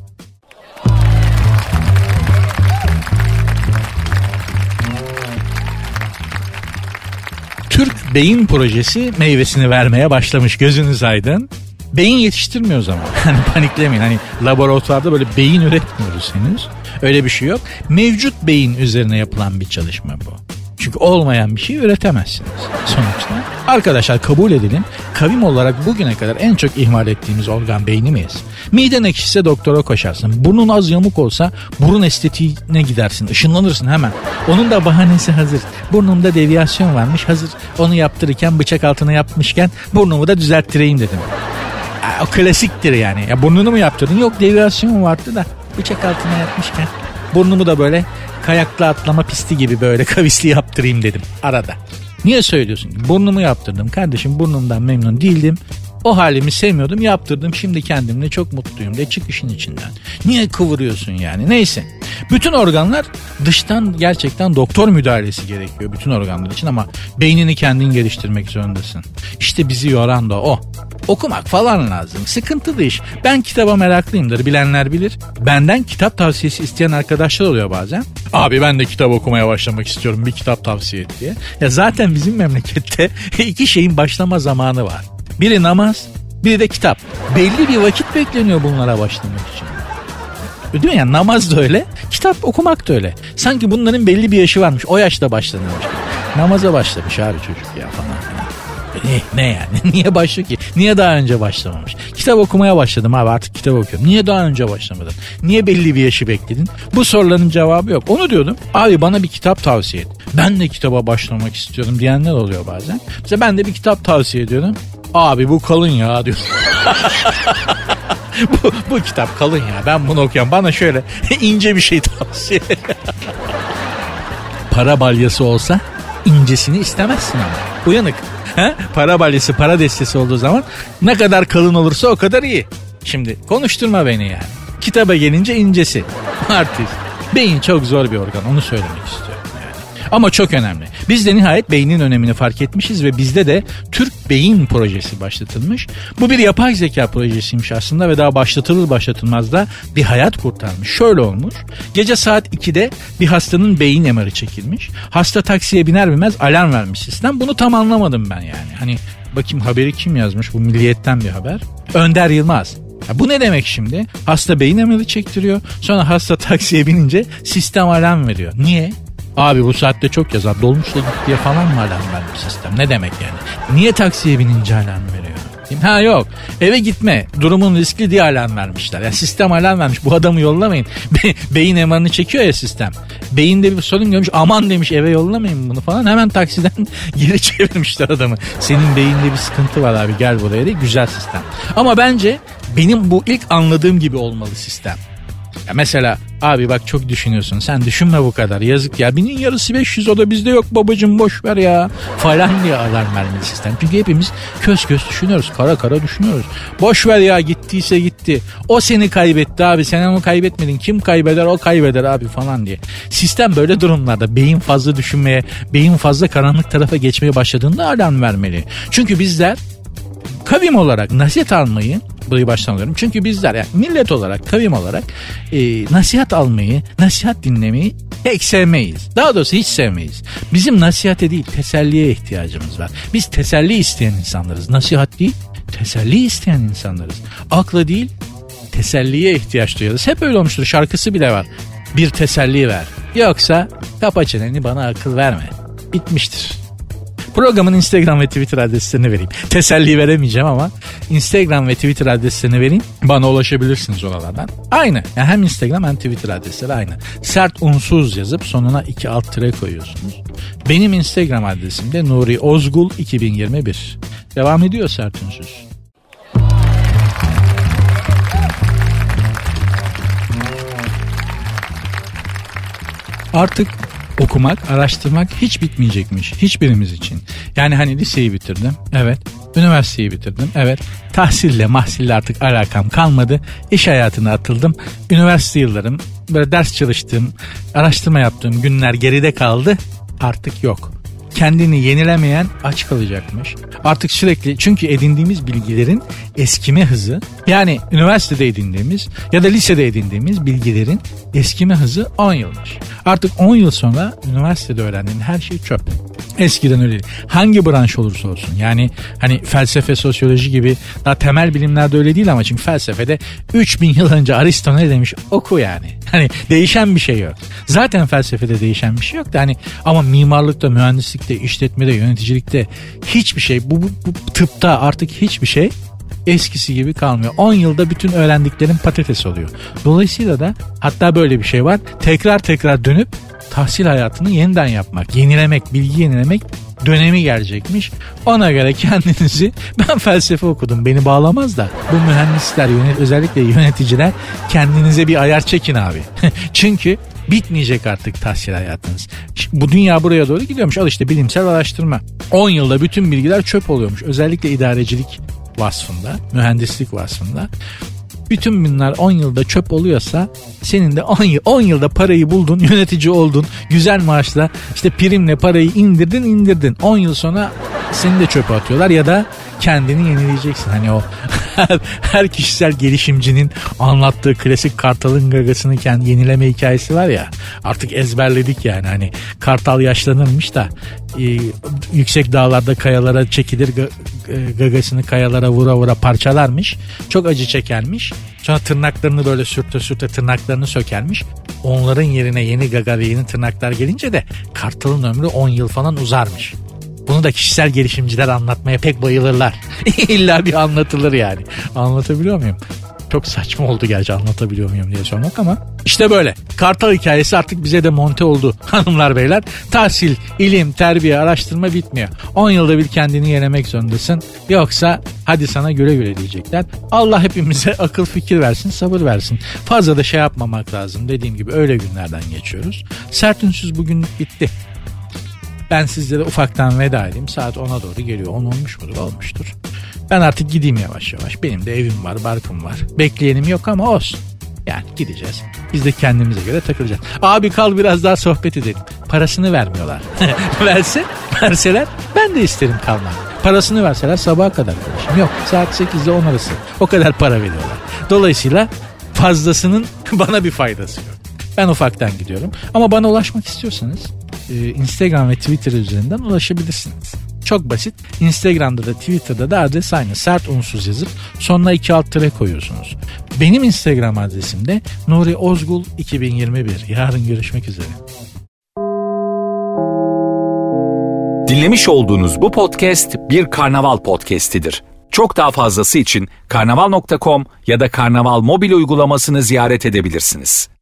Türk Beyin Projesi meyvesini vermeye başlamış, gözünüz aydın. Beyin yetiştirmiyoruz ama. Hani paniklemeyin. Hani laboratuvarda böyle beyin üretmiyoruz henüz. Öyle bir şey yok. Mevcut beyin üzerine yapılan bir çalışma bu. Çünkü olmayan bir şey üretemezsiniz sonuçta. Arkadaşlar kabul edelim, kavim olarak bugüne kadar en çok ihmal ettiğimiz organ beynimiz. Miden ekşise doktora koşarsın. Burnun az yamuk olsa burun estetiğine gidersin. Işınlanırsın hemen. Onun da bahanesi hazır. Burnumda deviyasyon varmış, hazır. Onu yaptırırken, bıçak altına yapmışken burnumu da düzelttireyim dedim. O klasiktir yani. Ya burnunu mu yaptırdın? Yok, deviyasyon vardı da bıçak altına yapmışken burnumu da böyle kayaklı atlama pisti gibi böyle kavisli yaptırayım dedim arada. Niye söylüyorsun? Burnumu yaptırdım kardeşim, burnumdan memnun değildim. O halimi sevmiyordum, yaptırdım, şimdi kendimle çok mutluyum de, çık işin içinden. Niye kıvırıyorsun yani? Neyse. Bütün organlar dıştan gerçekten doktor müdahalesi gerekiyor bütün organlar için ama beynini kendin geliştirmek zorundasın. İşte bizi yoran da o. Okumak falan lazım. Sıkıntılı iş. Ben kitaba meraklıyımdır, bilenler bilir. Benden kitap tavsiyesi isteyen arkadaşlar oluyor bazen. Abi ben de kitap okumaya başlamak istiyorum, bir kitap tavsiye et diye. Ya zaten bizim memlekette iki şeyin başlama zamanı var. Biri namaz, biri de kitap. Belli bir vakit bekleniyor bunlara başlamak için. Değil mi? Yani namaz da öyle, kitap okumak da öyle. Sanki bunların belli bir yaşı varmış, o yaşta başlanıyormuş. Namaza başlamış abi çocuk ya falan. Ne, ne yani? Niye başlıyor ki? Niye daha önce başlamamış? Kitap okumaya başladım abi, artık kitap okuyorum. Niye daha önce başlamadın? Niye belli bir yaşı bekledin? Bu soruların cevabı yok. Onu diyordum. Abi bana bir kitap tavsiye et. Ben de kitaba başlamak istiyorum diyenler oluyor bazen. Mesela ben de bir kitap tavsiye ediyorum. Abi bu kalın ya diyor. bu, bu kitap kalın ya, ben bunu okuyorum. Bana şöyle ince bir şey tavsiye et. Para balyası olsa incesini istemezsin ama. Uyanık. He? Para balyası, para destesi olduğu zaman ne kadar kalın olursa o kadar iyi. Şimdi konuşturma beni yani. Kitaba gelince incesi. Artist. Beyin çok zor bir organ, onu söylemek istiyorum yani. Ama çok önemli. Biz de nihayet beynin önemini fark etmişiz ve bizde de Türk Beyin Projesi başlatılmış. Bu bir yapay zeka projesiymiş aslında ve daha başlatılır başlatılmaz da bir hayat kurtarmış. Şöyle olmuş. Gece saat ikide bir hastanın beyin M R'ı çekilmiş. Hasta taksiye biner binmez alarm vermiş sistem. Bunu tam anlamadım ben yani. Hani bakayım haberi kim yazmış? Bu Milliyet'ten bir haber. Önder Yılmaz. Ya bu ne demek şimdi? Hasta beyin M R'ı çektiriyor. Sonra hasta taksiye binince sistem alarm veriyor. Niye? Abi bu saatte çok yazar, dolmuşla git diye falan mı alarm vermiş sistem? Ne demek yani? Niye taksiye binince alarm veriyor? Ha yok, eve gitme durumun riskli diye alarm vermişler. Yani sistem alarm vermiş, bu adamı yollamayın. Be- beyin M R'ını çekiyor ya sistem. Beyinde bir sorun görmüş, aman demiş eve yollamayın bunu falan. Hemen taksiden geri çevirmişler adamı. Senin beyinde bir sıkıntı var abi, gel buraya diye. Güzel sistem. Ama bence benim bu ilk anladığım gibi olmalı sistem. Ya mesela abi bak çok düşünüyorsun, sen düşünme bu kadar, yazık ya, binin yarısı beş yüz, o da bizde yok babacığım, boş ver ya falan diye alarm vermeli sistem. Çünkü hepimiz köz köz düşünüyoruz, kara kara düşünüyoruz. Boş ver ya, gittiyse gitti, o seni kaybetti abi, sen onu kaybetmedin, kim kaybeder, o kaybeder abi falan diye. Sistem böyle durumlarda beyin fazla düşünmeye, beyin fazla karanlık tarafa geçmeye başladığında alarm vermeli. Çünkü bizler kavim olarak nasihat almayı, burayı baştan alıyorum. Çünkü bizler yani millet olarak, kavim olarak e, nasihat almayı, nasihat dinlemeyi pek sevmeyiz. Daha doğrusu hiç sevmeyiz. Bizim nasihate değil, teselliye ihtiyacımız var. Biz teselli isteyen insanlarız. Nasihat değil, teselli isteyen insanlarız. Akla değil, teselliye ihtiyaç duyarız. Hep öyle olmuştur. Şarkısı bile var. Bir teselli ver. Yoksa kapa çeneni, bana akıl verme. Bitmiştir. Programın Instagram ve Twitter adreslerini vereyim. Teselli veremeyeceğim ama Instagram ve Twitter adreslerini vereyim. Bana ulaşabilirsiniz oralardan. Aynı. Yani hem Instagram hem Twitter adresleri aynı. Sert unsuz yazıp sonuna iki alt tire koyuyorsunuz. Benim Instagram adresim de Nuri Ozgul iki bin yirmi bir. Devam ediyor Sert Unsuz. Artık okumak, araştırmak hiç bitmeyecekmiş hiçbirimiz için. Yani hani liseyi bitirdim, evet. Üniversiteyi bitirdim, evet. Tahsille, mahsille artık alakam kalmadı. İş hayatına atıldım. Üniversite yıllarım, böyle ders çalıştığım, araştırma yaptığım günler geride kaldı. Artık yok. Kendini yenilemeyen aç kalacakmış. Artık sürekli, çünkü edindiğimiz bilgilerin eskime hızı, yani üniversitede edindiğimiz ya da lisede edindiğimiz bilgilerin eskime hızı on yılmış. Artık on yıl sonra üniversitede öğrendiğin her şey çöp. Eskiden öyle değil. Hangi branş olursa olsun. Yani hani felsefe, sosyoloji gibi daha temel bilimlerde öyle değil ama çünkü felsefede üç bin yıl önce Aristo ne demiş, oku yani. Hani değişen bir şey yok. Zaten felsefede değişen bir şey yok da hani, ama mimarlıkta, mühendislikte, işletmede, yöneticilikte hiçbir şey, bu, bu, bu tıpta artık hiçbir şey eskisi gibi kalmıyor. on yılda bütün öğrendiklerin patates oluyor. Dolayısıyla da hatta böyle bir şey var. Tekrar tekrar dönüp tahsil hayatını yeniden yapmak, yenilemek, bilgi yenilemek dönemi gelecekmiş. Ona göre kendinizi, ben felsefe okudum, beni bağlamaz da bu mühendisler, yönet, özellikle yöneticiler, kendinize bir ayar çekin abi. Çünkü bitmeyecek artık tahsil hayatınız. Bu dünya buraya doğru gidiyormuş. Al işte bilimsel araştırma. on yılda bütün bilgiler çöp oluyormuş. Özellikle idarecilik vasfında, mühendislik vasfında. Bütün bunlar on yılda çöp oluyorsa senin de on, yıl, on yılda parayı buldun, yönetici oldun, güzel maaşla işte primle parayı indirdin indirdin. on yıl sonra seni de çöpe atıyorlar ya da kendini yenileyeceksin. Hani o her, her kişisel gelişimcinin anlattığı klasik kartalın gagasını kendi yenileme hikayesi var ya, artık ezberledik yani. Hani kartal yaşlanırmış da e, yüksek dağlarda kayalara çekilir, gagasını kayalara vura vura parçalarmış, çok acı çekermiş, sonra tırnaklarını böyle sürte sürte tırnaklarını sökermiş. Onların yerine yeni gaga ve yeni tırnaklar gelince de kartalın ömrü on yıl falan uzarmış. Bunu da kişisel gelişimciler anlatmaya pek bayılırlar. İlla bir anlatılır yani. Anlatabiliyor muyum? Çok saçma oldu gerçi anlatabiliyor muyum diye sormak ama işte böyle. Kartal hikayesi artık bize de monte oldu hanımlar beyler. Tahsil, ilim, terbiye, araştırma bitmiyor. on yılda bir kendini yenilemek zorundasın. Yoksa hadi sana güle güle diyecekler. Allah hepimize akıl fikir versin, sabır versin. Fazla da şey yapmamak lazım. Dediğim gibi öyle günlerden geçiyoruz. Sert Ünsüz bugün bitti. Ben sizlere ufaktan veda edeyim. Saat ona doğru geliyor. on olmuş mudur? Olmuştur. Ben artık gideyim yavaş yavaş. Benim de evim var, barkım var. Bekleyenim yok ama olsun. Yani gideceğiz. Biz de kendimize göre takılacağız. Abi kal biraz daha sohbet edelim. Parasını vermiyorlar. Verse, verseler ben de isterim kalmak. Parasını verseler sabaha kadar konuşayım. Yok, saat sekizde on arası. O kadar para veriyorlar. Dolayısıyla fazlasının bana bir faydası yok. Ben ufaktan gidiyorum. Ama bana ulaşmak istiyorsanız Instagram ve Twitter üzerinden ulaşabilirsiniz. Çok basit. Instagram'da da Twitter'da da adres aynı. Sert Unsuz yazıp sonuna iki alt tire koyuyorsunuz. Benim Instagram adresim de Nuri Ozgul iki bin yirmi bir. Yarın görüşmek üzere. Dinlemiş olduğunuz bu podcast bir karnaval podcastidir. Çok daha fazlası için karnaval nokta com ya da karnaval mobil uygulamasını ziyaret edebilirsiniz.